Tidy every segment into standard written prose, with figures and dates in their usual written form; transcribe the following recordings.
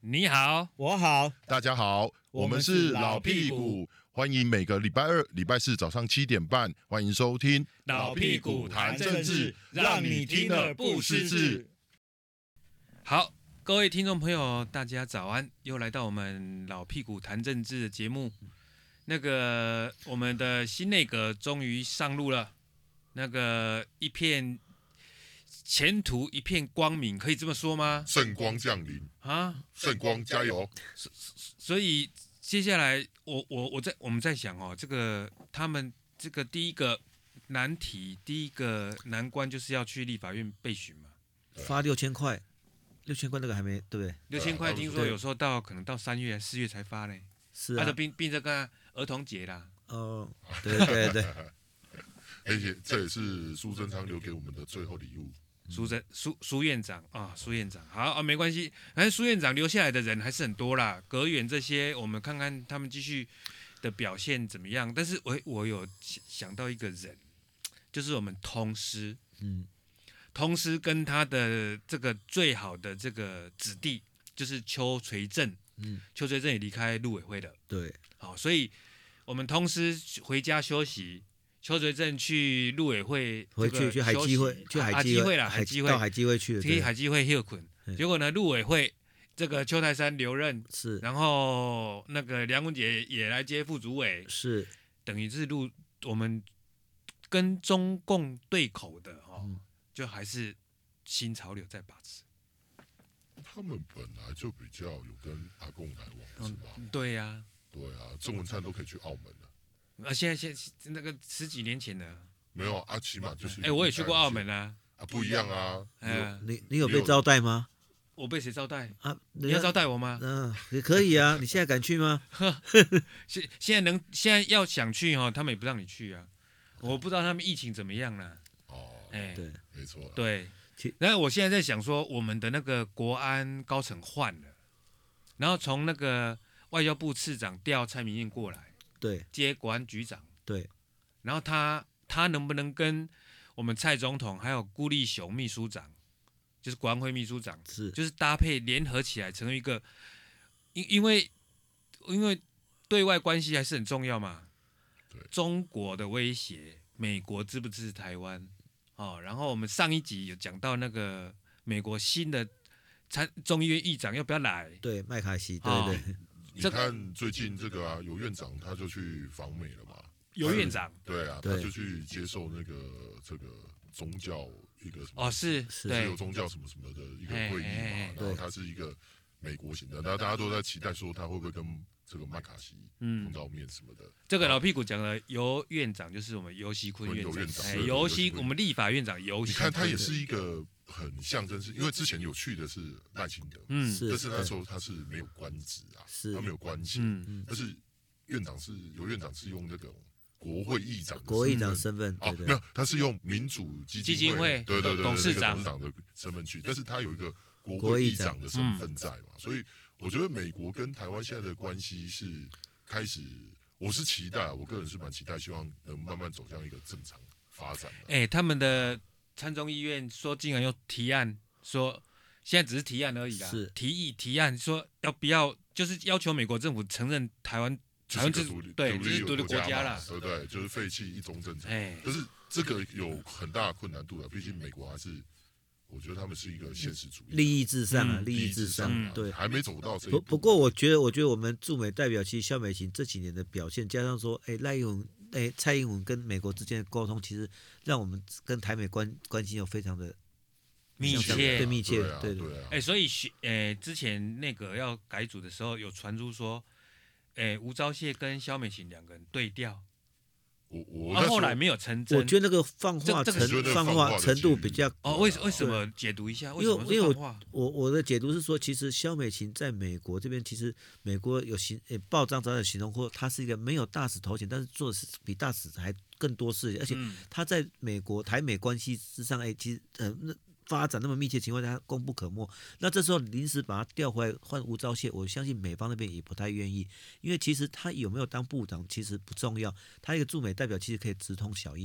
你好， 我好， 大家好，我们是老屁股，欢迎每个礼拜二、礼拜四早上7点半，欢迎收听老屁股谈政治，让你听了不失智。好，各位听众朋友，大家早安，又来到我们老屁股谈政治的节目。我们的新内阁终于上路了，一片前途一片光明，可以这么说吗？ 圣光降临啊， 圣光加油！ 所以接下来我们在想哦，他们这个第一个难题，第一个难关就是要去立法院备询嘛， 发6000块，6000块那个还没对不对 ？6000块听说有时候可能到3月、4月才发嘞。 是啊， 并这个儿童节啦。 哦，对， 而且这也是苏贞昌留给我们的最后礼物。 苏院长啊，苏院长好啊，没关系，反正苏院长留下来的人还是很多啦。阁员这些，我们看看他们继续的表现怎么样。但是我有想到一个人，就是我们通师，通师跟他的这个最好的这个子弟，就是邱垂正，邱垂正也离开陆委会了， 对， 好，所以我们通师回家休息。邱垂正去陆委会去海基会，到海基会去了， 去海基会休困。结果呢，陆委会这个邱泰山留任， 是， 然后梁文杰也来接副主委， 是， 等于是我们跟中共对口的就还是新潮流在把持。 他们本来就比较有跟阿共来往，是吧？ 对呀， 郑文灿都可以去澳门了。 现在那个10几年前的没有啊，起码就是我也去过澳门啊， 不一样啊。 你有被招待吗？ 我被谁招待啊？ 你要招待我吗？ 也可以啊。你现在敢去吗？ 现在要想去他们也不让你去啊。我不知道他们疫情怎么样了。 对， 没错。 对，然后我现在在想说，我们的那个国安高层换了，然后从那个外交部次长调蔡明燕过来。 对， 接国安局长， 对， 然后他能不能跟我们蔡总统还有辜立雄秘书长，就是国安会秘书长，就是搭配联合起来成为一个，因为对外关系还是很重要嘛。中国的威胁，美国支不支持台湾？然后我们上一集有讲到那个美国新的众议院议长要不要来？ 对，麦卡锡，对。 你看最近这个有院长他就去访美了嘛？ 有院长， 对啊，他就去接受这个宗教一个什么是自由宗教什么什么的一个会议嘛。然后他是一个美国型的，那大家都在期待说他会不会跟这个麦卡锡碰到面什么的。 这个老屁股讲的尤院长就是我们尤锡坤院长，尤锡我们立法院长尤锡。 你看他也是一个。很象征是，因为之前有去的是赖清德，但是那时候他是没有官职啊，他没有官衔，但是尤院长是用那个国会议长身份， 没有，他是用民主基金会对董事长的身份去，但是他有一个国会议长的身份在嘛，所以我觉得美国跟台湾现在的关系是开始，我是期待，我个人是蛮期待，希望能慢慢走向一个正常发展。 他们的参众议院说，竟然又提案说，现在只是提案而已啦。是提案说要不要，就是要求美国政府承认台湾是独立国家啦，对不对？就是废弃一中政策。但是这个有很大的困难度了，毕竟美国还是，我觉得他们是一个现实主义， 利益至上啊，利益至上，对， 还没走到这一步。 不过我觉得我们驻美代表其实萧美琴这几年的表现，加上说，蔡英文跟美国之间的沟通，其实让我们跟台美关系有非常的密切， 对。 所以之前那个要改组的时候，有传出说，吴钊燮跟萧美琴2个人对调。后来没有成真。 我觉得那个放话程度比较为什么解读一下？ 因为我的解读是说，其实萧美琴在美国这边，其实美国有报章早有形容过，他是一个没有大使头衔，但是做的是比大使还更多事情，而且他在美国台美关系之上，其实发展那么密切的情况下，功不可没。那这时候临时把他调回来换吴钊燮，我相信美方那边也不太愿意，因为其实他有没有当部长其实不重要，他一个驻美代表其实可以直通小英。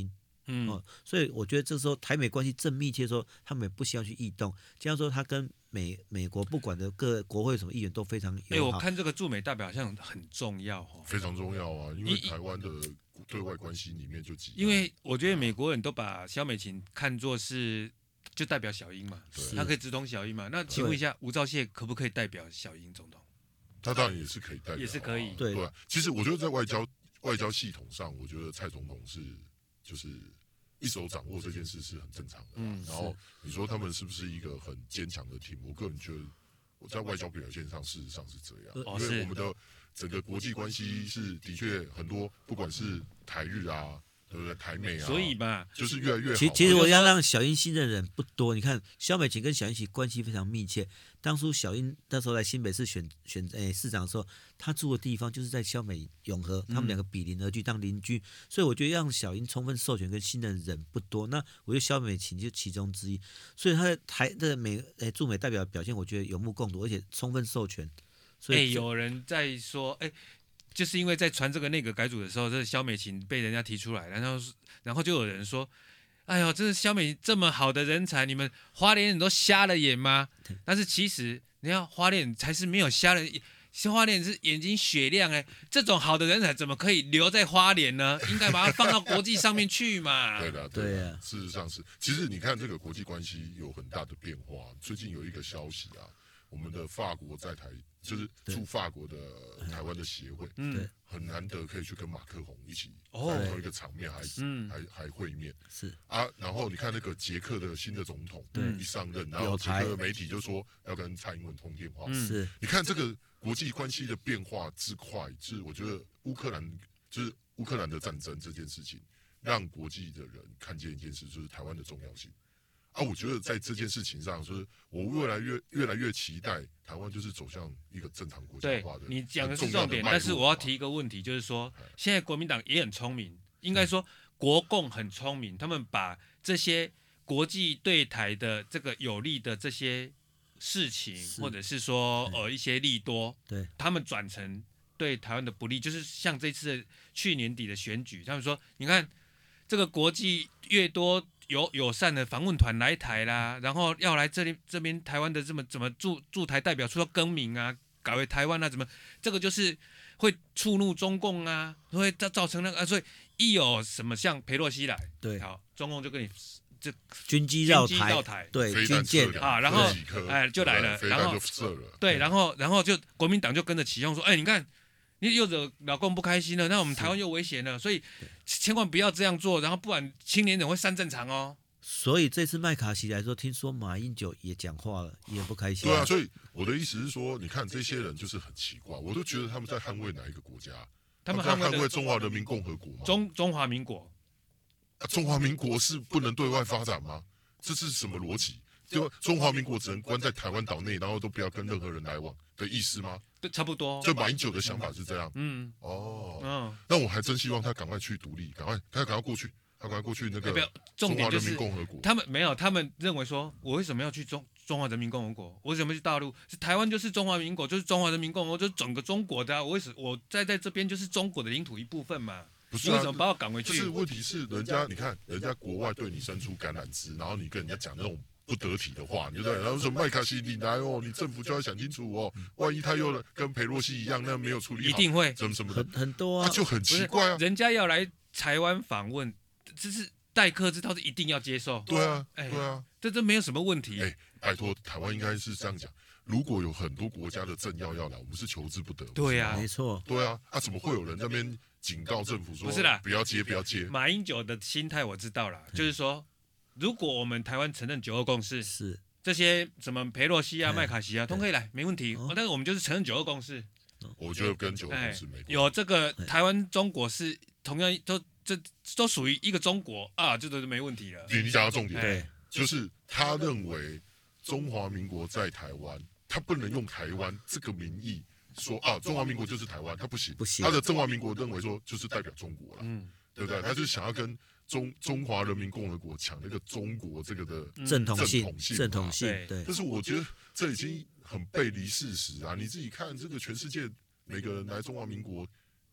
所以我觉得这时候台美关系正密切的时候，他们也不希望去异动。这样说，他跟美国不管的各国会什么议员都非常友好。 我看这个驻美代表好像很重要非常重要啊，因为台湾的对外关系里面就因为我觉得美国人都把萧美琴看作是就代表小英嘛，他可以直通小英嘛。那请问一下，吴钊燮可不可以代表小英总统？ 他当然也是可以代表， 也是可以。 对， 其实我觉得在外交系统上，我觉得蔡总统就是一手掌握这件事是很正常的。然后你说他们是不是一个很坚强的 team？ 我个人觉得我在外交表现上事实上是这样，因为我们的整个国际关系是的确很多，不管是台日啊。对不对？台美啊， 所以嘛， 就是越来越好。 其实我要让小英信任的人不多。你看，萧美琴跟小英其实关系非常密切。当初小英那时候来新北市选市长的时候，他住的地方就是在萧美永和，他们两个比邻而居当邻居。所以我觉得让小英充分授权跟信任的人不多。那我觉得萧美琴就其中之一。所以他的驻美代表的表现，我觉得有目共睹，而且充分授权。所以有人在说，就是因为在传这个内阁改组的时候，这萧美琴被人家提出来，然后就有人说，哎呦，这是萧美琴这么好的人才，你们花莲人都瞎了眼吗？但是其实你看花莲人才是没有瞎了，花莲是眼睛雪亮这种好的人才怎么可以留在花莲呢？应该把它放到国际上面去嘛。 对啊，事实上是，其实你看这个国际关系有很大的变化。最近有一个消息啊，我们的法国在台。就是驻法国的台湾的协会，很难得可以去跟马克宏一起在同一个场面，还会面， 是啊。然后你看那个捷克的新的总统一上任，然后捷克的媒体就说要跟蔡英文通电话， 是。 你看这个国际关系的变化之快，是我觉得乌克兰的战争这件事情，让国际的人看见一件事，就是台湾的重要性。我觉得在这件事情上，就是我越来越期待台湾就是走向一个正常国家化的。 你讲的是重点，但是我要提一个问题，就是说现在国民党也很聪明，应该说国共很聪明，他们把这些国际对台的这个有利的这些事情，或者是说一些利多，他们转成对台湾的不利，就是像这次的去年底的选举，他们说你看这个国际越多。友善的访问团来台啦，然后要来这边台湾的怎么驻台代表处要更名啊，改为台湾啊，怎么这个就是会触怒中共啊，会造成那个所以一有什么像裴洛西来，好，中共就跟你这军机绕台，对，军舰然后就来了，然后对，然后就国民党就跟着起哄说，你看。你又惹老共不开心了，那我们台湾又危险了，所以千万不要这样做，然后不然青年人会上战场哦。 所以这次麦卡锡来说，听说马英九也讲话了，也不开心。 对啊，所以我的意思是说，你看这些人就是很奇怪，我都觉得他们在捍卫哪一个国家？他们捍卫中华人民共和国吗？ 中华民国。 中华民国是不能对外发展吗？这是什么逻辑？就中华民国只能关在台湾岛内，然后都不要跟任何人来往的意思吗？ 对，差不多。 就马英九的想法是这样。那我还真希望他赶快去独立，赶快过去，他赶快过去那个中华人民共和国。 他们认为说，我为什么要去中华人民共和国？我为什么去大陆？是台湾就是中华民国，就是中华人民共和国，就是整个中国的我在这边就是中国的领土一部分嘛。 不是你为什么把我赶回去？ 就是问题是你看人家国外对你伸出橄榄枝，然后你跟人家讲那种不得体的话，对不对？然后说麦卡锡你来你政府就要想清楚万一他又跟裴洛西一样，那没有处理好， 一定会什么的很多啊， 就很奇怪啊。 人家要来台湾访问，这是待客之道，是一定要接受。 对啊， 这没有什么问题。 拜托，台湾应该是这样讲。如果有很多国家的政要来，我们是求之不得。 对啊， 没错。 对啊，怎么会有人在那边警告政府说不是啦， 不要接？ 马英九的心态我知道了，就是说，如果我们台湾承认9·2共识， 是这些什么裴洛西啊、麦卡锡啊都可以来，没问题。但是我们就是承认9·2共识。 我觉得跟9·2共识没关系。 有这个台湾、中国是同样都属于一个中国啊，这都没问题了。 你讲到重点，就是他认为中华民国在台湾，他不能用台湾这个名义说中华民国就是台湾，他不行。他的中华民国认为说就是代表中国了，对不对？他就是想要跟中华人民共和国抢那个中国这个的正统性。 对。但是我觉得这已经很背离事实啊！你自己看这个全世界每个人来中华民国，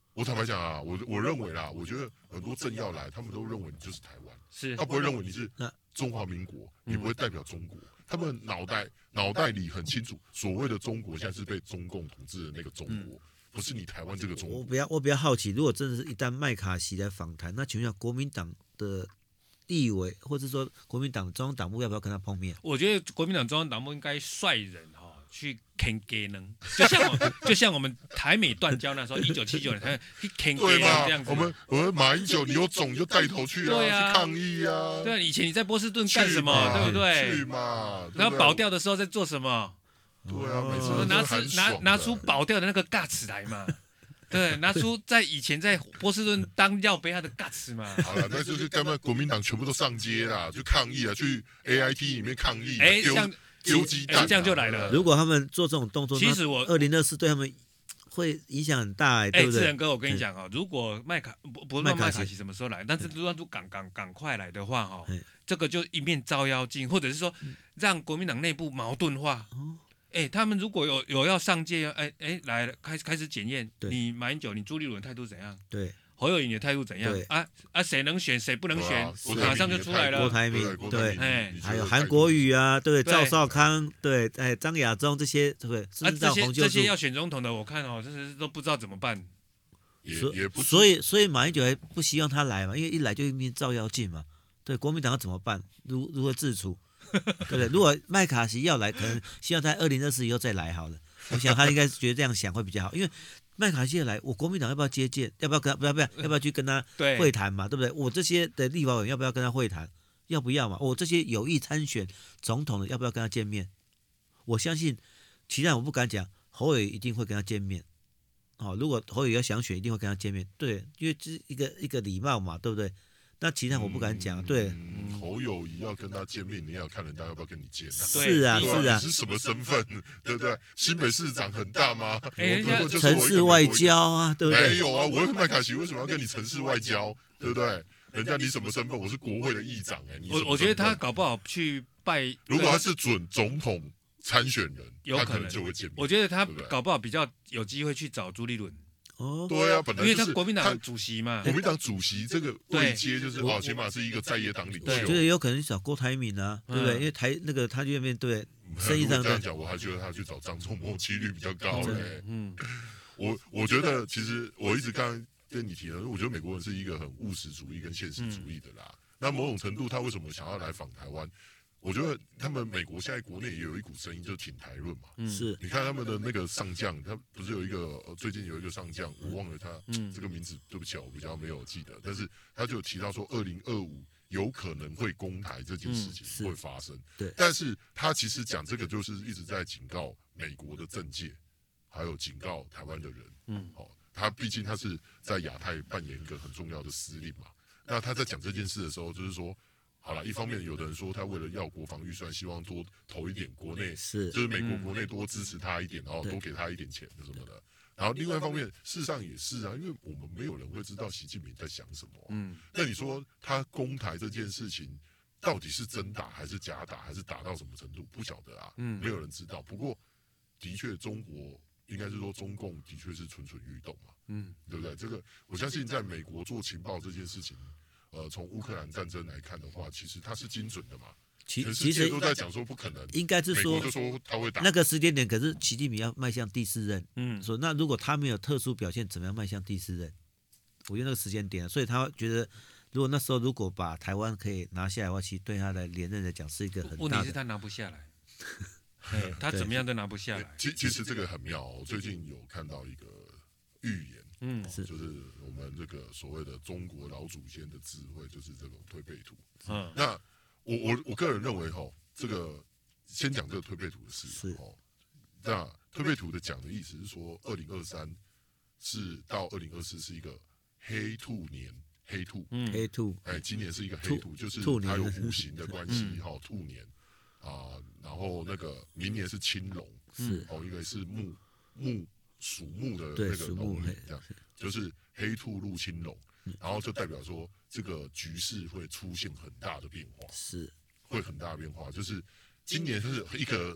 我坦白讲啊，我认为啦，我觉得很多政要来，他们都认为你就是台湾， 是他不会认为你是中华民国，你不会代表中国。他们脑袋里很清楚，所谓的中国现在是被中共统治的那个中国，不是你台湾这个中国。 我比较好奇，如果真的是一旦麦卡锡来访谈，那请问一下国民党的立委，或者说国民党中央党部要不要跟他碰面？ 我觉得国民党中央党部应该率人去啃给能，就像我们台美断交那时候，1979年台去啃给能这样子。 我们马英九，你有种你就带头去对啊， 去抗议啊。 对啊，以前你在波士顿干什么，对不对？ 去嘛。 然后保钓的时候在做什么？ 对啊，每次拿出保钓的那个 guts 来嘛。对，拿出在以前在波士顿当药杯他的 guts 嘛。 好了，那就是干嘛？国民党全部都上街啦，去抗议啊，去 AIT 里面抗议。丢鸡蛋， 这样就来了。 如果他们做这种动作， 其实 2024对他们会影响很大，对不对？ 志仁哥，我跟你讲如果不是麦卡锡什么时候来，但是如果赶快来的话这个就一面照妖镜，或者是说让国民党内部矛盾化。他们如果有要上街，来了开始检验你马英九、你朱立伦态度怎样？ 对。 侯友宜的态度怎样？谁能选谁不能选，马上就出来了。 郭台铭对，还有韩国瑜啊，对，赵少康对，张亚中这些对， 这些要选总统的，我看真是都不知道怎么办。 所以马英九还不希望他来嘛，因为一来就一面照妖镜嘛。对，国民党要怎么办？如何自处？对不对？如果麦卡锡要来，可能希望他2024以后再来好了。我想他应该觉得这样想会比较好，因为麦卡锡来，我国民党要不要接见？要不要去跟他会谈嘛？对不对？我这些的立法委员要不要跟他会谈？要不要嘛？我这些有意参选总统的要不要跟他见面？我相信，其他我不敢讲，侯友宜一定会跟他见面。如果侯友宜要想选，一定会跟他见面。对，因为这是一个礼貌嘛，对不对？那其他我不敢讲，对。 侯友宜要跟他见面，你也要看人家要不要跟你见啊。 是啊， 你是什么身份，对不对？新北市长很大吗？ 城市外交啊，对不对？ 没有啊，我麦卡锡为什么要跟你城市外交，对不对？人家你什么身份？我是国会的议长我觉得他搞不好去拜， 如果他是准总统参选人，他可能就会见面。 我觉得他搞不好比较有机会去找朱立伦。 对啊，本来因为他国民党主席嘛， 国民党主席这个位阶就是起码是一个在野党领袖。 对，就是有可能去找郭台铭啊，对不对？因为他就面对生意上这样讲，我还觉得他去找张忠谋几率比较高嘞。我觉得其实我一直刚刚跟你提的，我觉得美国人是一个很务实主义跟现实主义的啦。那某种程度，他为什么想要来访台湾？我觉得他们美国现在国内也有一股声音，就是挺台论嘛。 是， 你看他们的那个上将，他不是有一个最近有一个上将，我忘了他这个名字，对不起，我比较没有记得。但是他就提到说，2025有可能会攻台这件事情会发生。 对， 但是他其实讲这个就是一直在警告美国的政界，还有警告台湾的人。他毕竟他是在亚太扮演一个很重要的司令嘛。那他在讲这件事的时候，就是说。好了，一方面有的人说他为了要国防预算，希望多投一点国内，就是美国国内多支持他一点，然后多给他一点钱什么的。然后另外一方面，事实上也是啊，因为我们没有人会知道习近平在想什么。那你说他攻台这件事情到底是真打还是假打，还是打到什么程度，不晓得啊。没有人知道。不过的确，中国应该是说中共的确是蠢蠢欲动嘛。对不对？这个我相信，在美国做情报这件事情。从乌克兰战争来看的话，其实它是精准的嘛。全世界都在讲说不可能， 应该是说， 美国就说他会打那个时间点。可是习近平要迈向第4任，说那如果他没有特殊表现，怎么样迈向第4任？我觉得那个时间点，所以他觉得，如果那时候如果把台湾可以拿下来的话，其实对他的连任来讲是一个很大的。 问题是他拿不下来，他怎么样都拿不下来。 其实这个很妙，我最近有看到一个预言。就是我们这个所谓的中国老祖先的智慧，就是这种推背图。那我个人认为这个先讲这个推背图的事。那推背图的讲的意思是说，2023是到2024是一个黑兔年，黑兔，今年是一个黑兔，就是它有五行的关系，兔年然后那个明年是青龙，一个是属木的那个农历，这样就是黑兔入青龙，然后就代表说这个局势会出现很大的变化，会很大的变化。就是今年是一个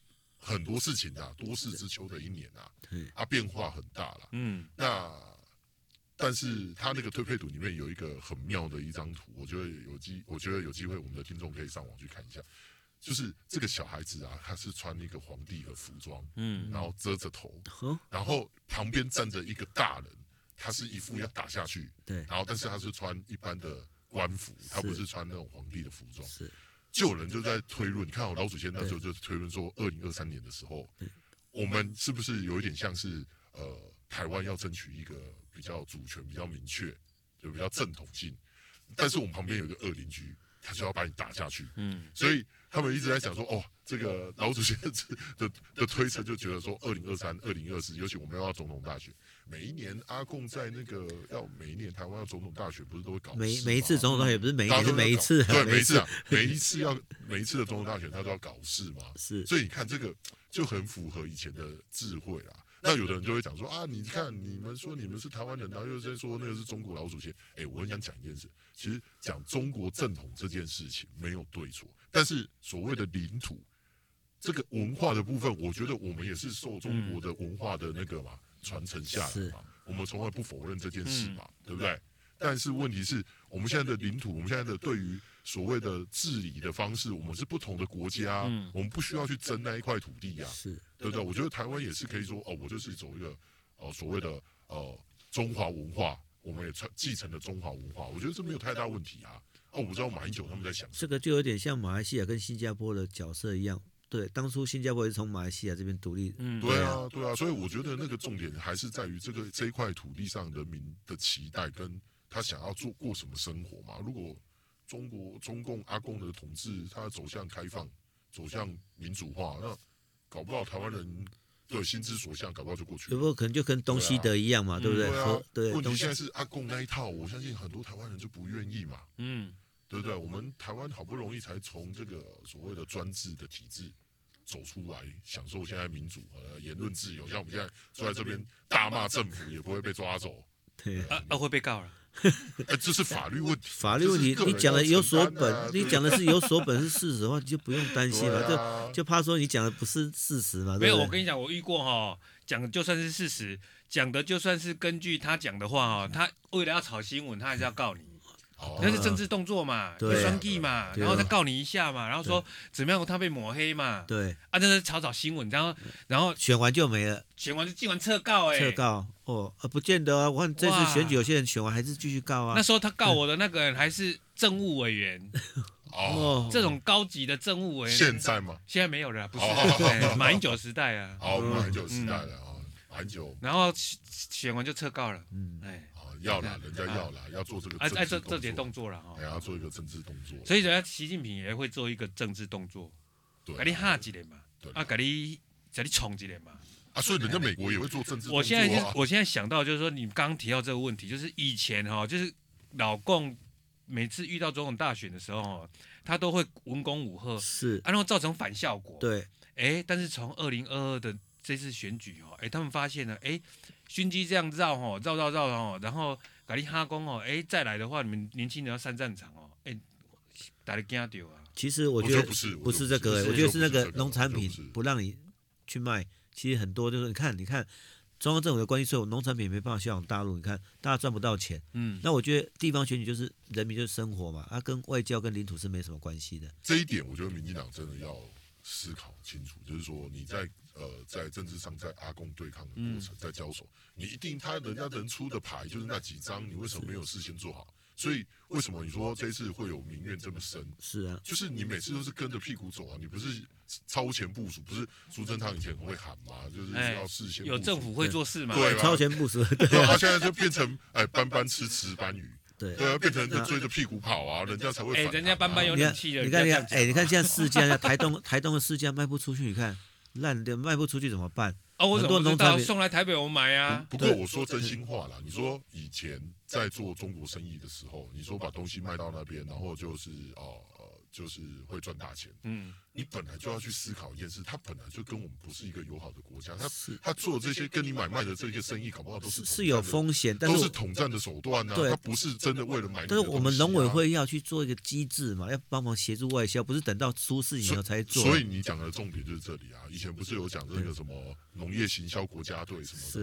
很多事情多事之秋的一年变化很大了。那但是他那个推配图里面有一个很妙的一张图，我觉得有机会我们的听众可以上网去看一下。就是这个小孩子啊，他是穿一个皇帝的服装，然后遮着头，然后旁边站着一个大人，他是一副要打下去， 对， 然后但是他是穿一般的官服，他不是穿那种皇帝的服装，就有人就在推论，你看老祖先那时候就推论说，2023年的时候，我们是不是有一点像是台湾要争取一个比较主权比较明确，就比较正统性，但是我们旁边有一个恶邻居，他就要把你打下去，所以他们一直在讲说，哦，这个老祖先的推测就觉得说，2023、2024，尤其我们要总统大选，每一年阿共在那个每一年台湾要总统大选，不是都会搞每一次总统大选不是每一年是每一次， 对，每一次的总统大选他都要搞事嘛，是，所以你看这个就很符合以前的智慧啦。那有的人就会讲说啊，你看你们说你们是台湾人，然后又在说那个是中国老祖先。我很想讲一件事，其实讲中国正统这件事情没有对错，但是所谓的领土这个文化的部分，我觉得我们也是受中国的文化的那个嘛传承下来嘛，我们从来不否认这件事嘛，对不对？但是问题是我们现在的领土，我们现在的对于所谓的治理的方式，我们是不同的国家，我们不需要去争那一块土地啊，对不对？我觉得台湾也是可以说，我就是走一个所谓的中华文化，我们也继承了中华文化，我觉得这没有太大问题啊。我不知道马英九他们在想什么， 这个就有点像马来西亚跟新加坡的角色一样。对，当初新加坡也是从马来西亚这边独立。 对啊，所以我觉得那个重点还是在于这一块土地上人民的期待，跟他想要过什么生活嘛。如果中共阿共的统治，他走向开放，走向民主化，那搞不好台湾人对心之所向，搞不好就过去了。 有没有可能就跟东西德一样嘛，对不对？ 对，问题现在是阿共那一套，我相信很多台湾人就不愿意嘛。对不对？我们台湾好不容易才从这个所谓的专制的体制走出来，享受现在民主言论自由，像我们现在坐在这边大骂政府，也不会被抓走。 对会被告了。 这是法律问题。 法律问题，你讲的有所本，你讲的是有所本是事实的话，你就不用担心嘛，就怕说你讲的不是事实嘛。 没有，我跟你讲，我遇过讲的就算是事实，讲的就算是根据他讲的话他为了要炒新闻，他还是要告你。那是政治动作嘛，双计嘛，然后再告你一下嘛，然后说怎么样他被抹黑嘛， 对那是炒新闻，然后选完就没了， 选完就竟然撤告撤告不见得啊，我看这次选举有些人选完还是继续告啊。 那时候他告我的那个人还是政务委员，这种高级的政务委员。 现在吗？ 现在没有了，不是马英九时代啊。 马英九时代了马英九， 然后选完就撤告了， 要啦，人家要啦，要做这个这点动作了要做一个政治动作。 所以人家习近平也会做一个政治动作，给你吓一点嘛，给你冲一点嘛。 所以人家美国也会做政治动作。 我现在想到就是说，你刚刚提到这个问题，就是以前就是老共每次遇到总统大选的时候他都会文攻武吓，然后造成反效果。 对， 但是从2022的这次选举他们发现了军机这样绕，然后咖喱哈工再来的话，你们年轻人要上战场大家惊到啊。 其实我觉得不是这个，我觉得是那个农产品不让你去卖。其实很多就是你看，中央政府的关系税，农产品没办法销往大陆，你看大家赚不到钱。那我觉得地方选举就是人民就是生活嘛，跟外交跟领土是没什么关系的。 这一点我觉得民进党真的要思考清楚，就是说你在政治上在阿共对抗的过程，在交手，你一定人家能出的牌就是那几张，你为什么没有事先做好？所以为什么你说这一次会有民怨这么深？ 是啊， 就是你每次都是跟着屁股走你不是超前部署，不是苏贞昌以前很会喊嘛，就是要事先部署有政府会做事嘛， 对， 超前部署， 他现在就变成班班吃石斑鱼。对啊，变成追着屁股跑人家才会反。 人家班班有冷气的。 你看，你看现在市价，台东的市价卖不出去，你看烂的卖不出去怎么办？ 很多农产品送来台北我买啊。 不过我说真心话啦，你说以前在做中国生意的时候，你说把东西卖到那边，然后就是会赚大钱。你本来就要去思考一件事，他本来就跟我们不是一个友好的国家，他做这些跟你买卖的这些生意，搞不好都是有风险， 都是统战的手段啊。他不是真的为了买你的东西。但是我们农委会要去做一个机制嘛，要帮忙协助外销，不是等到出事以后才做。 所以你讲的重点就是这里啊。以前不是有讲这个什么农业行销国家队什么的？是。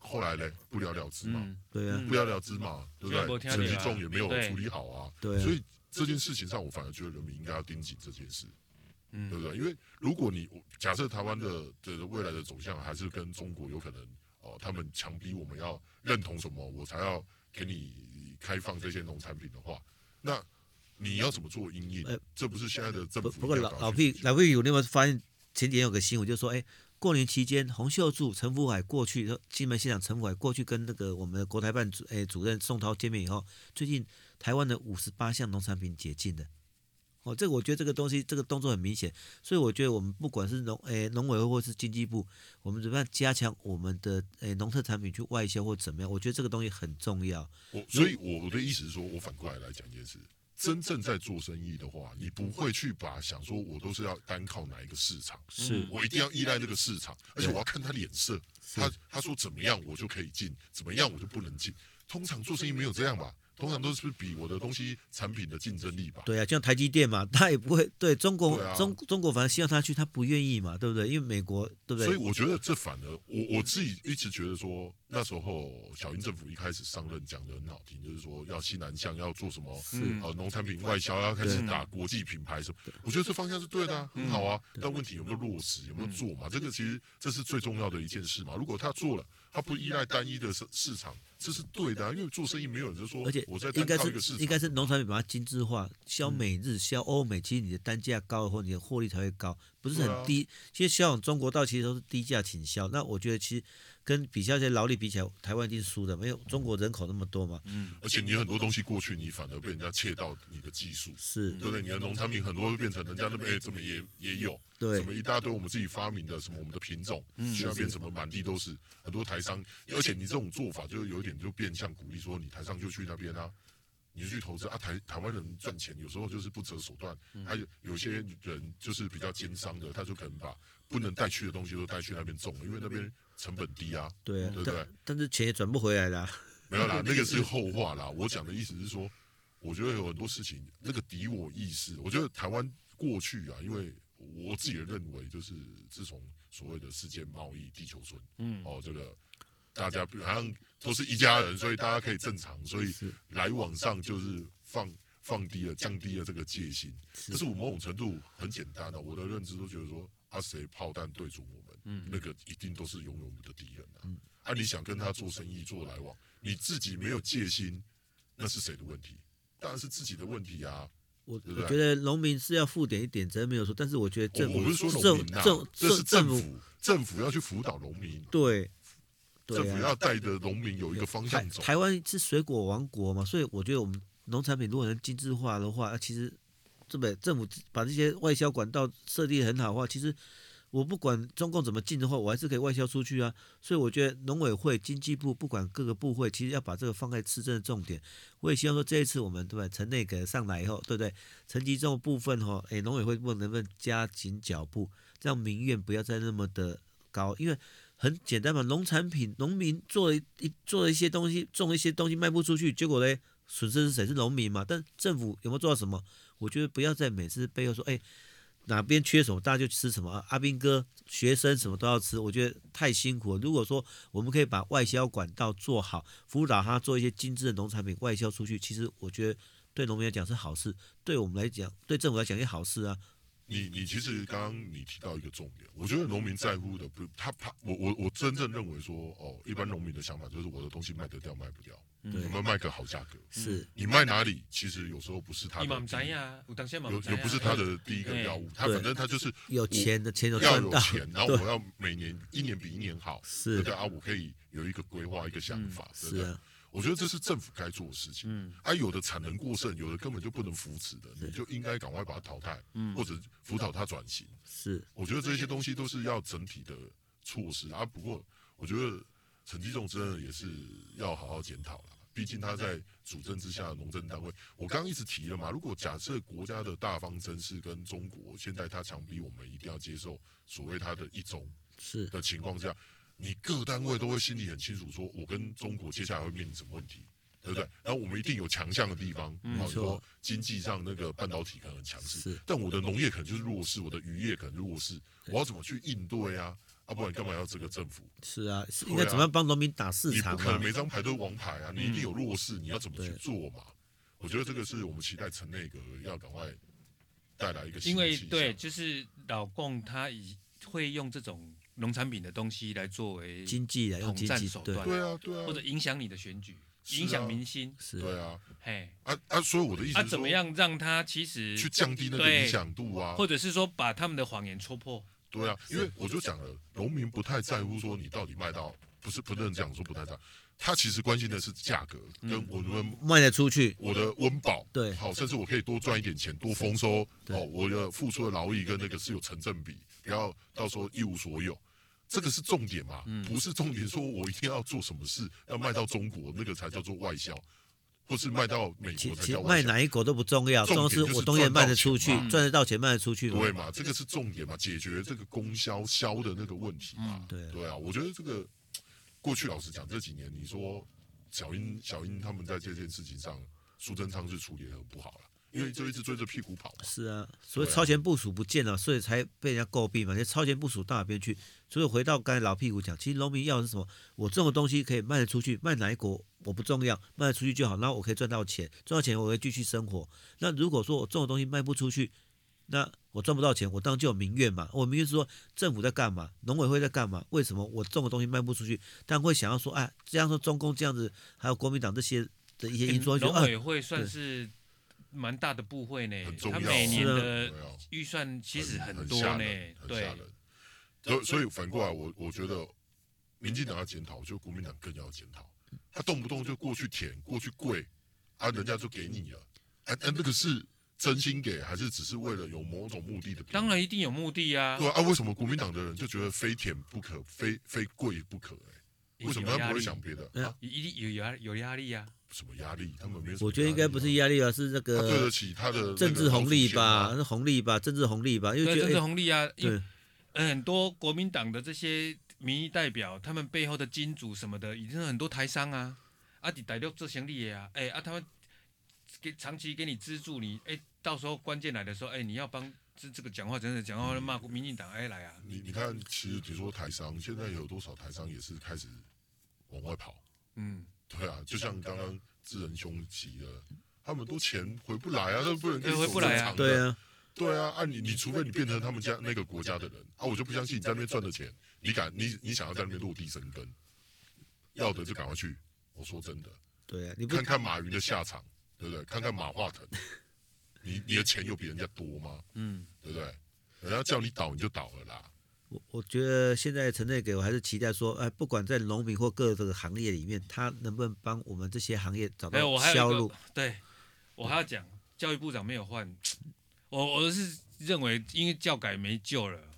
后来呢不了了之嘛， 对啊， 不了了之嘛，对不对？陈吉仲也没有处理好啊， 对， 所以这件事情上，我反而觉得人民应该要盯紧这件事，对不对？因为如果你假设台湾的未来的走向还是跟中国有可能他们强逼我们要认同什么，我才要给你开放这些农产品的话，那你要怎么做因应？这不是现在的政府。 不过老屁，你有没有发现前几天有个新闻，就是说，过年期间，洪秀柱、陈福海过去，金门县长陈福海过去跟那个我们的国台办主任宋涛见面以后，最近台湾的58项农产品解禁了。这个我觉得这个东西这个动作很明显，所以我觉得我们不管是农委会或是经济部，我们怎么样加强我们的农特产品去外销或怎么样，我觉得这个东西很重要。 所以我的意思是说，我反过来讲一件事。真正在做生意的话，你不会去想说我都是要单靠哪一个市场，我一定要依赖这个市场，而且我要看他脸色，他说怎么样我就可以进，怎么样我就不能进。通常做生意没有这样吧？通常都是比我的东西产品的竞争力吧。 对啊，就像台积电嘛，他也不会对中国反正希望他去，他不愿意嘛，对不对？因为美国对不对？ 所以我觉得这反而我自己一直觉得说，那时候小英政府一开始上任讲的很好听，就是说要西南向，要做什么农产品外销，要开始打国际品牌什么。我觉得这方向是对的，很好啊。但问题有没有落实，有没有做嘛？这个其实这是最重要的一件事嘛。如果他做了，他不依赖单一的市场，这是对的，因为做生意没有人就说， 而且我在单靠一个市场， 应该是农产品把它精致化，销美日、销欧美，其实你的单价高的话，你的获利才会高，不是很低。其实销往中国道其实都是低价倾销，那我觉得其实跟比较这些劳力比起来，台湾一定输的，没有中国人口那么多嘛。 而且你很多东西过去，你反而被人家窃到你的技术， 是对不对？你的农产品很多会变成人家那边怎么也有。 对， 什么一大堆我们自己发明的，什么我们的品种，去那边什么满地都是，很多台商，而且你这种做法就有一点就变相鼓励说，你台商就去那边啊，你就去投资啊，台湾人赚钱有时候就是不择手段，还有些人就是比较奸商的，他就可能把不能带去的东西都带去那边种了，因为那边成本低啊， 对不对？ 但是钱也转不回来啦。 没有啦，那个是后话啦。我讲的意思是说，我觉得有很多事情，那个敌我意识，我觉得台湾过去啊，因为我自己的认为，就是自从所谓的世界贸易地球村，这个大家好像都是一家人，所以大家可以正常，所以来往上就是降低了这个戒心。可是我某种程度很简单的，我的认知都觉得说，谁炮弹对准我们，那个一定都是拥有我们的敌人啊。你想跟他做生意做来往，你自己没有戒心，那是谁的问题？当然是自己的问题啊。 我觉得农民是要负点一点责任没有错，但是我觉得政府， 我不是说农民这是政府要去辅导农民， 对， 政府要带着农民有一个方向走。 台湾是水果王国嘛，所以我觉得我们农产品如果能精致化的话，其实政府把这些外销管道设计很好的话，其实我不管中共怎么进的话，我还是可以外销出去啊。所以我觉得农委会、经济部不管各个部会，其实要把这个放在施政的重点。我也希望说这一次我们对吧，陈内阁上来以后，对不对？陈吉仲部分农委会部分能不能加紧脚步，让民怨不要再那么的高？因为很简单嘛，农产品农民做了一些东西，种了一些东西卖不出去，结果呢，损失是谁？是农民嘛？但政府有没有做到什么？我觉得不要在每次背后说，哪边缺什么，大家就吃什么。阿兵哥、学生什么都要吃，我觉得太辛苦了。如果说我们可以把外销管道做好，辅导他做一些精致的农产品外销出去，其实我觉得对农民来讲是好事，对我们来讲，对政府来讲也好事啊。 你其实刚刚你提到一个重点，我觉得农民在乎的不，我真正认为说，一般农民的想法就是我的东西卖得掉卖不掉，有没有卖个好价格？ 是你卖哪里，其实有时候不是他的， 有不是他的第一个要务，他反正他就是有钱的钱有要赚到， 有钱，然后我要每年一年比一年好， 是对啊，我可以有一个规划一个想法，对不对？我觉得这是政府该做的事情。有的产能过剩，有的根本就不能扶持的，你就应该赶快把它淘汰，或者辅导它转型。 是， 我觉得这些东西都是要整体的措施啊。不过，我觉得陈吉仲真的也是要好好检讨了。毕竟他在主政之下的农政单位，我刚刚一直提了嘛。如果假设国家的大方针是跟中国，现在他强逼我们一定要接受所谓他的一中的情况下。你各单位都会心里很清楚，说我跟中国接下来会面临什么问题，对不对？然后我们一定有强项的地方，比如说经济上那个半导体可能很强势，但我的农业可能就是弱势，我的渔业可能弱势，我要怎么去应对啊？ 不然干嘛要这个政府？ 是啊，应该怎么样帮农民打市场嘛？ 你不可能每张牌都是王牌啊，你一定有弱势，你要怎么去做嘛？我觉得这个是我们期待陈内阁要赶快带来一个新的气象。 因为对，就是老共他会用这种农产品的东西来作为经济来用经济手段， 对啊， 或者影响你的选举，影响民心， 对啊， 嘿， 所以我的意思是说， 怎么样让他其实去降低那个影响度啊， 或者是说把他们的谎言戳破。 对啊，因为我就讲了，农民不太在乎说你到底卖到，不能讲说不太在乎，他其实关心的是价格跟我们卖得出去， 我的温饱， 对， 好，甚至我可以多赚一点钱，多丰收，我的付出的劳力跟那个是有成正比，不要到时候一无所有。这个是重点嘛，不是重点说我一定要做什么事，要卖到中国，那个才叫做外销，或是卖到美国才叫外销。 卖哪一国都不重要，重要是我东西卖得出去，赚得到钱卖得出去。 对嘛，这个是重点嘛，解决这个供销的那个问题嘛。对啊，我觉得这个过去老实讲，这几年你说小英他们在这件事情上，苏贞昌是处理得很不好了。因为就一直追着屁股跑嘛。 是啊，所以超前部署不见了，所以才被人家诟病嘛。那超前部署到哪边去？所以回到刚才老屁股讲，其实农民要的是什么？我这种东西可以卖得出去，卖哪一国我不重要，卖得出去就好。然后我可以赚到钱，赚到钱我会继续生活。那如果说我这种东西卖不出去，那我赚不到钱，我当然就有民怨嘛。我民怨是说政府在干嘛，农委会在干嘛？为什么我这种东西卖不出去？但会想要说，哎，这样说中共这样子，还有国民党这些的一些因素， 农委会算是蛮大的部会呢，他每年的预算其实很多呢，对。 所以反过来，我觉得民进党要检讨，就国民党更要检讨。他动不动就过去舔，过去跪，人家就给你了，那个是真心给，还是只是为了有某种目的的？ 当然一定有目的啊。 对啊，为什么国民党的人就觉得非舔不可，非跪不可？为什么他不会想别的？ 一定有压力啊。 什么压力？他们没有。 我觉得应该不是压力吧，是那个对得起他的政治红利吧，是红利吧，政治红利吧，因为政治红利啊。对，很多国民党的这些民意代表，他们背后的金主什么的，已经很多台商啊，你大陆做生意的啊，他们长期给你资助你，到时候关键来的时候，你要帮这个讲话，真的讲话骂民进党，来啊。 你看，其实比如说台商，现在有多少台商也是开始往外跑，对啊，就像刚刚智仁兄提的，他们都钱回不来啊，那不能跟你走正常的。对啊，你除非你变成他们家那个国家的人我就不相信你在那边赚的钱，你想要在那边落地生根，要的就赶快去。我说真的， 对啊， 你看看马云的下场，对不对？看看马化腾，你的钱有比人家多吗？对不对？人家叫你倒你就倒了啦。 我觉得现在陈内给我还是期待说，不管在农民或各个行业里面，他能不能帮我们这些行业找到销路？ 对，我还要讲，教育部长没有换，我是认为因为教改没救了。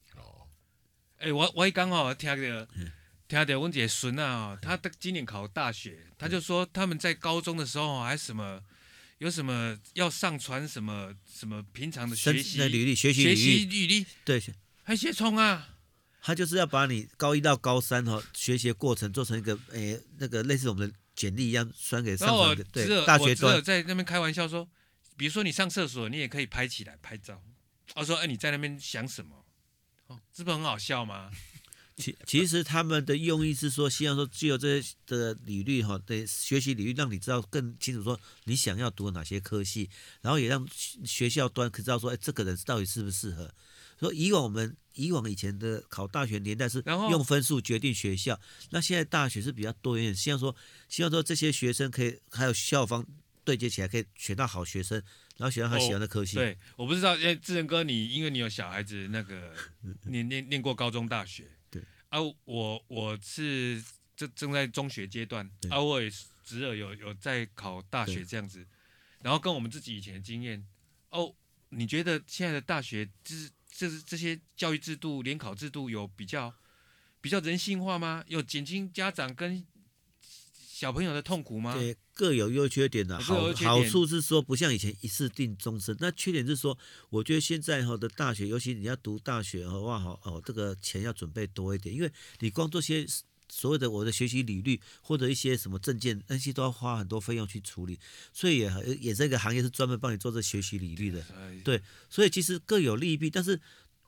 我刚好听到我一个孙啊，他今年考大学，他就说他们在高中的时候还有什么要上传什么平常的学习履历，学习履历， 对。 还写冲啊！ 他就是要把你高一到高三学习的过程做成一个那个类似我们的简历一样，传给上传的。对，大学端我在那边开玩笑说，比如说你上厕所，你也可以拍起来拍照。我说，你在那边想什么？这不很好笑吗？ 其实他们的用意是说，希望说具有这些的履历的学习履历，让你知道更清楚说你想要读哪些科系，然后也让学校端可知道说，这个人到底适不适合。说以往以前的考大学年代是用分数决定学校，那现在大学是比较多元，希望说这些学生可以还有校方对接起来，可以选到好学生，然后选到他喜欢的科系。 对，我不知道，志仁哥因为你有小孩子，那个念过高中大学， 对我是正在中学阶段，我也侄儿有在考大学这样子，然后跟我们自己以前的经验，你觉得现在的大学这些教育制度、联考制度有比较人性化吗？有减轻家长跟小朋友的痛苦吗？ 对，各有优缺点的。好处是说不像以前一次定终身，那缺点是说，我觉得现在的大学，尤其你要读大学的话，这个钱要准备多一点，因为你光这些所谓的我的学习履历或者一些什么证件，那些都要花很多费用去处理，所以也这个行业是专门帮你做这学习履历的。对，所以其实各有利弊，但是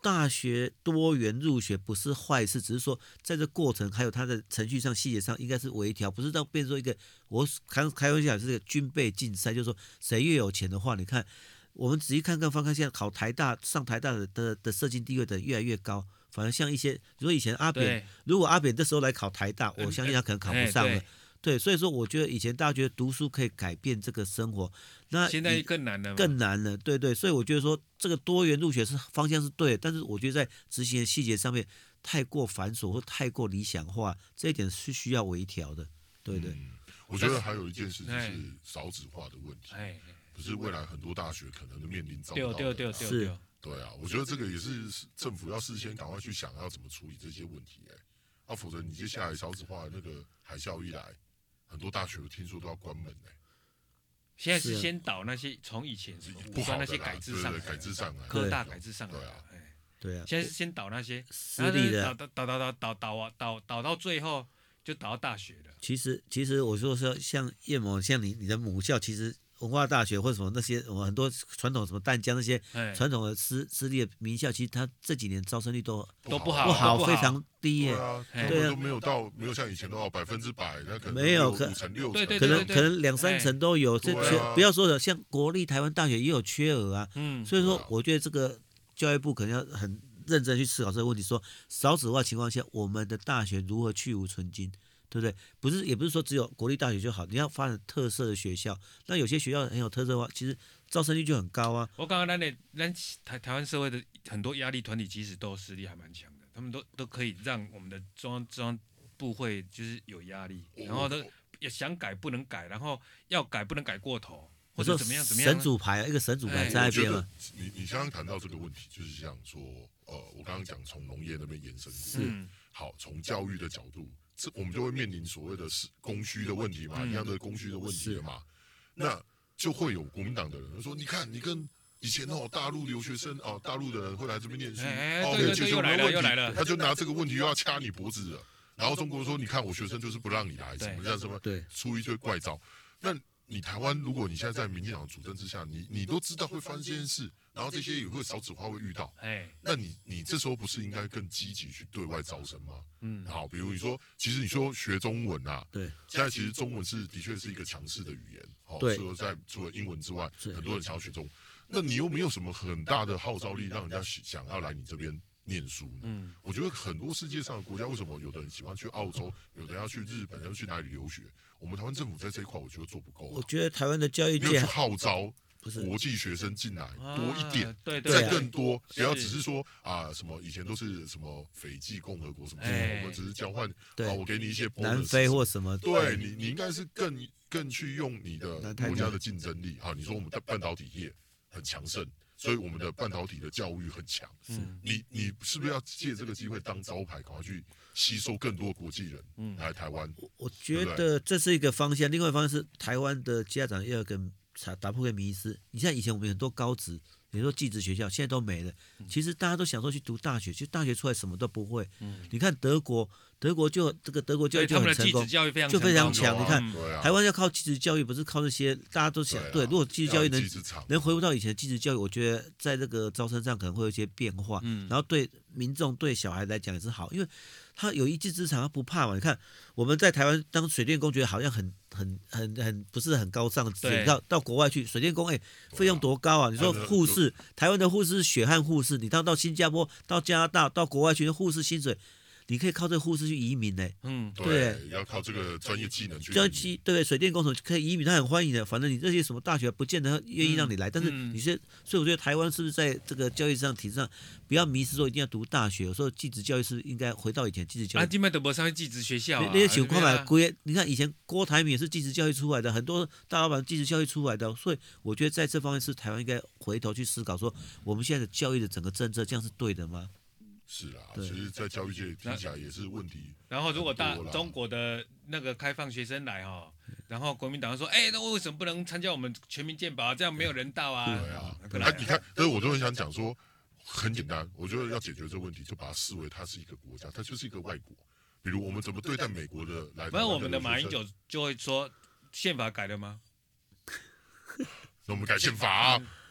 大学多元入学不是坏事，只是说在这过程还有它的程序上、细节上应该是微调，不是让变成说一个我开玩笑是个军备竞赛，就是说谁越有钱的话，你看我们仔细看看现在考台大上台大的社经地位的越来越高，反而像一些如果以前阿扁，如果阿扁这时候来考台大，我相信他可能考不上了。对，所以说我觉得以前大家觉得读书可以改变这个生活，那现在更难了， 更难了。对对，所以我觉得说这个多元入学是方向是对的，但是我觉得在执行的细节上面太过繁琐或太过理想化，这一点是需要微调的。对对， 我觉得还有一件事就是少子化的问题，不是未来很多大学可能面临招不到的。 是， 对啊，我觉得这个也是政府要事先赶快去想要怎么处理这些问题，否则你接下来少子化那个海啸一来。很多大学听说都要关门现在是先导那些从以前不好那些改制上来， 科大改制上来， 对啊， 现在是先导那些私立的， 导到最后就导到大学了。 其实我说像叶某，像你的母校，其实文化大学或者什么那些很多传统什么淡江那些传统的私立的名校，其实它这几年招生率都不好，非常低耶。 对啊，都没有像以前都要100%，那可能没有 5成6成， 可能2-3成都有。这不要说的，像国立台湾大学也有缺额啊。所以说我觉得这个教育部可能要很认真去思考这个问题，说少子化情况下，我们的大学如何去无存菁。对不对？也不是说只有国立大学就好，你要发展特色的学校。那有些学校很有特色的话，其实招生率就很高啊。 我刚刚咱台湾社会的很多压力团体，其实都实力还蛮强的，他们都可以让我们的中央部会就是有压力，然后都也想改不能改，然后要改不能改过头，或者怎么样。 神主牌一个神主牌在那边嘛。 你刚刚谈到这个问题，就是像说，我刚刚讲从农业那边延伸好，从教育的角度。我们就会面临所谓的供需的问题嘛，一样的供需的问题了嘛，那就会有国民党的人说，你看你跟以前大陆留学生大陆的人会来这边念书， 对，又来了， 他就拿这个问题又要掐你脖子了，然后中国说，你看我学生就是不让你来，什么出一堆怪招，那你台湾如果你现在在民进党主政之下，你都知道会发生这件事，然后这些也会少子化会遇到，那你这时候不是应该更积极去对外招生吗？好，比如其实你说学中文啊， 对， 现在其实中文的确是一个强势的语言， 对， 除了英文之外，很多人想要学中文，那你又没有什么很大的号召力，让人家想要来你这边念书呢？我觉得很多世界上的国家，为什么有的人喜欢去澳洲，有的人要去日本，要去哪里留学？我们台湾政府在这一块，我觉得做不够。 我觉得台湾的教育界没有去号召国际学生进来多一点，再更多，不要只是说什么以前都是什么斐济共和国什么，我们只是交换，我给你一些南非或什么， 对你应该是更去用你的国家的竞争力。你说我们的半导体业很强盛。所以我们的半导体的教育很强，你是不是要借这个机会当招牌，赶快去吸收更多国际人来台湾？ 我觉得这是一个方向，另外一个方向是台湾的家长要打破个迷思。你像以前我们很多高职，比如说技职学校，现在都没了。其实大家都想说去读大学，其实大学出来什么都不会。你看德国就这个德国教育就很成功，就非常强。你看台湾要靠技职教育，不是靠那些大家都想对。如果技职教育能回复到以前的技职教育，我觉得在这个招生上可能会有一些变化。然后对民众对小孩来讲也是好，因为他有一技之长，他不怕嘛。你看我们在台湾当水电工，觉得好像很不是很高尚的职业，到国外去水电工，费用多高啊？你说护士，台湾的护士是血汗护士，你到新加坡、到加拿大、到国外去，护士薪水。你可以靠这个护士去移民呢， 对，要靠这个专业技能去。 对，水电工程可以移民，他很欢迎的。反正你这些什么大学不见得愿意让你来，但是所以我觉得台湾是不是在这个教育上体制上不要迷失说一定要读大学，有时候技职教育是应该回到以前技职教育。 基本都没上技职学校那些情况嘛，你看以前郭台铭也是技职教育出来的，很多大老板技职教育出来的，所以我觉得在这方面是台湾应该回头去思考说，我们现在的教育的整个政策这样是对的吗？ 是啦，其实，在教育界听起来也是问题。 然后，如果中国的那个开放学生来然后国民党说，那为什么不能参加我们全民健保？这样没有人道啊？ 对啊，你看，但是我就很想讲说，很简单，我觉得要解决这个问题，就把它视为它是一个国家，它就是一个外国。比如我们怎么对待美国的来， 不然我们的马英九就会说，宪法改了吗？ 那我们改宪法啊。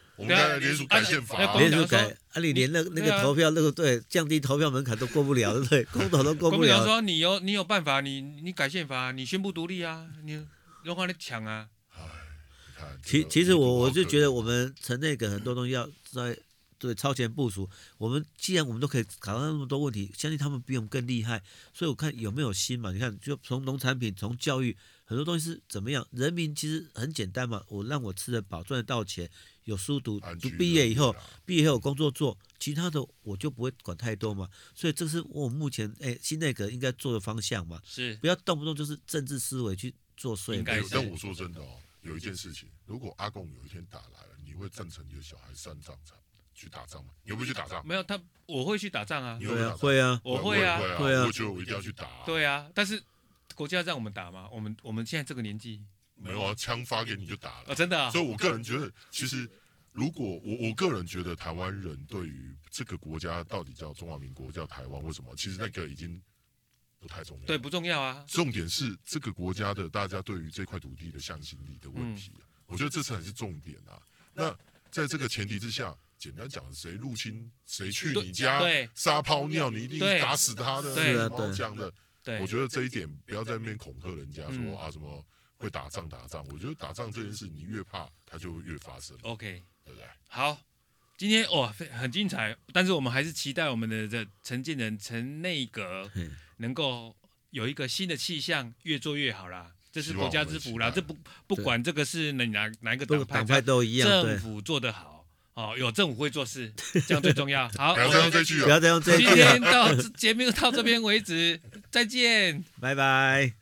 我们该联署改宪法， 联署改啊，你连那个投票对降低投票门槛都过不了，对不对？公投都过不了。 说你有办法，你改宪法，你宣布独立啊，你让他来抢啊。 其实我就觉得我们城内阁很多东西要在超前部署。我们既然我们都可以搞到那么多问题，相信他们比我们更厉害。所以我看有没有心嘛？你看，就从农产品、从教育，很多东西是怎么样？人民其实很简单嘛，我让我吃得饱，赚得到钱，有书读毕业以后有工作做，其他的我就不会管太多嘛。所以这是我目前新内阁应该做的方向嘛， 是不要动不动就是政治思维去作祟。 但我说真的有一件事情，如果阿共有一天打来了，你会赞成你的小孩上战场去打仗吗？你会不会去打仗？ 没有我会去打仗啊。 会啊， 我会啊， 我觉得我一定要去打。 对啊，但是国家让我们打吗？我们现在这个年纪没有啊，枪发给你就打了。 真的啊。 所以我个人觉得，其实如果我个人觉得台湾人对于这个国家到底叫中华民国叫台湾，为什么？其实那个已经不太重要。 对，不重要啊。 重点是这个国家的大家对于这块土地的向心力的问题我觉得这才是重点啊。那在这个前提之下，简单讲，谁入侵谁去你家撒泡尿，你一定打死他的。 对讲的。我觉得这一点不要在那边恐吓人家说什么会打仗。我觉得打仗这件事，你越怕，它就越发生。 OK， 对不对？ 好，今天很精彩，但是我们还是期待我们的陈建仁陈内阁能够有一个新的气象，越做越好啦。这是国家之福啦，这不管这个是哪一个党派都一样， 政府做得好有政府会做事，这样最重要。好， 不要再用这句了， 不要再用这句了。 今天节目到这边为止，再见， 拜拜。